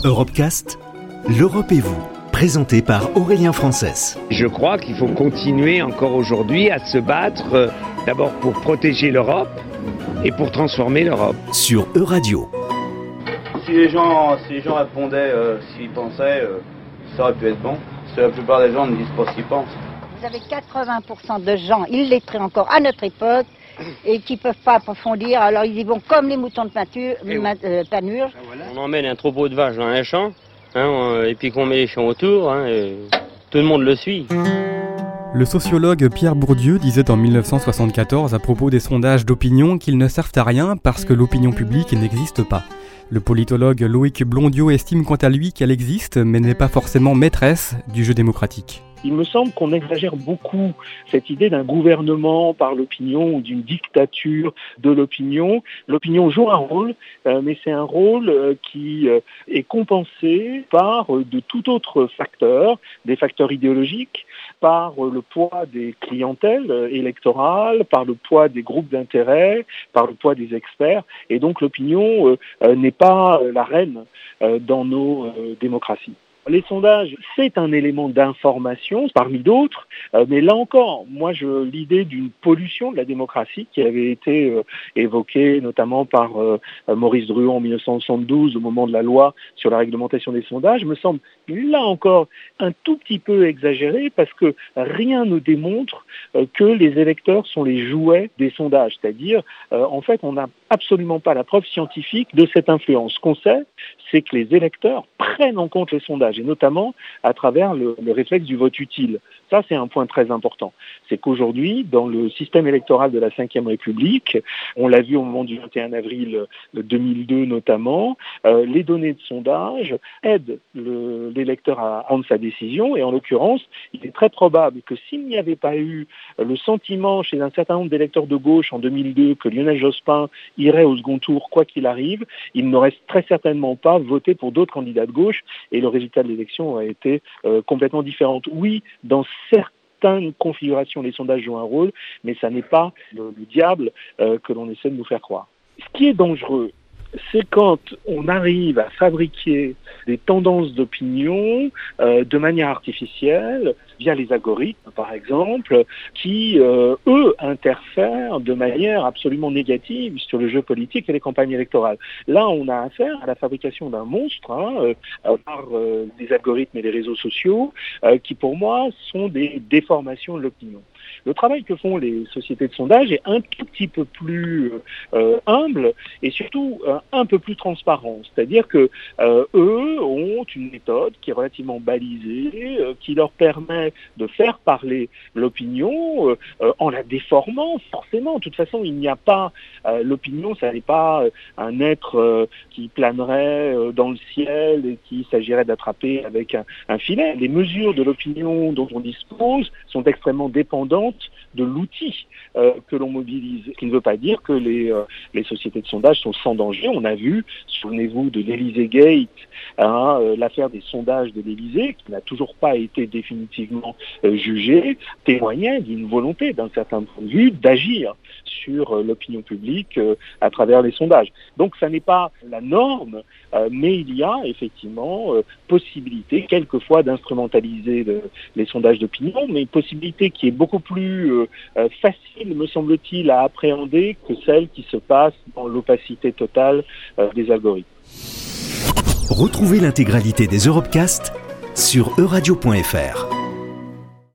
Europecast, l'Europe et vous, présenté par Aurélien Frances. Je crois qu'il faut continuer encore aujourd'hui à se battre d'abord pour protéger l'Europe et pour transformer l'Europe. Sur Euradio. Si les gens répondaient s'ils pensaient, ça aurait pu être bon. Parce que la plupart des gens ne disent pas ce qu'ils pensent. Vous avez 80% de gens illettrés encore à notre époque et qui ne peuvent pas approfondir, alors ils y vont comme les moutons de panurge. On emmène un troupeau de vaches dans un champ, et puis qu'on met les champs autour, et tout le monde le suit. Le sociologue Pierre Bourdieu disait en 1974 à propos des sondages d'opinion qu'ils ne servent à rien parce que l'opinion publique n'existe pas. Le politologue Loïc Blondiot estime quant à lui qu'elle existe, mais n'est pas forcément maîtresse du jeu démocratique. Il me semble qu'on exagère beaucoup cette idée d'un gouvernement par l'opinion ou d'une dictature de l'opinion. L'opinion joue un rôle, mais c'est un rôle qui est compensé par de tout autre facteur, des facteurs idéologiques, par le poids des clientèles électorales, par le poids des groupes d'intérêt, par le poids des experts. Et donc l'opinion n'est pas la reine dans nos démocraties. Les sondages, c'est un élément d'information parmi d'autres, mais là encore, moi, l'idée d'une pollution de la démocratie qui avait été évoquée notamment par Maurice Druon en 1972 au moment de la loi sur la réglementation des sondages, me semble là encore un tout petit peu exagérée parce que rien ne démontre que les électeurs sont les jouets des sondages, c'est-à-dire en fait, on n'a absolument pas la preuve scientifique de cette influence. Ce qu'on sait, c'est que les électeurs prennent en compte les sondages, et notamment à travers le réflexe du vote utile. Ça, c'est un point très important. C'est qu'aujourd'hui, dans le système électoral de la Ve République, on l'a vu au moment du 21 avril 2002 notamment, les données de sondage aident l'électeur à prendre sa décision, et en l'occurrence, il est très probable que s'il n'y avait pas eu le sentiment chez un certain nombre d'électeurs de gauche en 2002 que Lionel Jospin irait au second tour quoi qu'il arrive, il n'aurait très certainement pas voté pour d'autres candidats de gauche, et le résultat de l'élection a été complètement différent. Oui, dans certaines configurations, les sondages jouent un rôle, mais ça n'est pas le diable que l'on essaie de nous faire croire. Ce qui est dangereux, c'est quand on arrive à fabriquer des tendances d'opinion de manière artificielle, via les algorithmes par exemple, qui, eux, interfèrent de manière absolument négative sur le jeu politique et les campagnes électorales. Là, on a affaire à la fabrication d'un monstre par les algorithmes et les réseaux sociaux qui, pour moi, sont des déformations de l'opinion. Le travail que font les sociétés de sondage est un tout petit peu plus humble et surtout un peu plus transparent. C'est-à-dire que eux ont une méthode qui est relativement balisée, qui leur permet de faire parler l'opinion en la déformant forcément. De toute façon, il n'y a pas l'opinion, ça n'est pas un être qui planerait dans le ciel et qu'il s'agirait d'attraper avec un filet. Les mesures de l'opinion dont on dispose sont extrêmement dépendantes de l'outil que l'on mobilise. Ce qui ne veut pas dire que les sociétés de sondage sont sans danger. On a vu, souvenez-vous de l'Élysée Gate, l'affaire des sondages de l'Élysée, qui n'a toujours pas été définitivement jugée, témoignait d'une volonté, d'un certain point de vue, d'agir sur l'opinion publique à travers les sondages. Donc ça n'est pas la norme, mais il y a effectivement possibilité, quelquefois, d'instrumentaliser les sondages d'opinion, mais une possibilité qui est beaucoup plus facile, me semble-t-il, à appréhender que celle qui se passe dans l'opacité totale des algorithmes. Retrouvez l'intégralité des Europecast sur euradio.fr.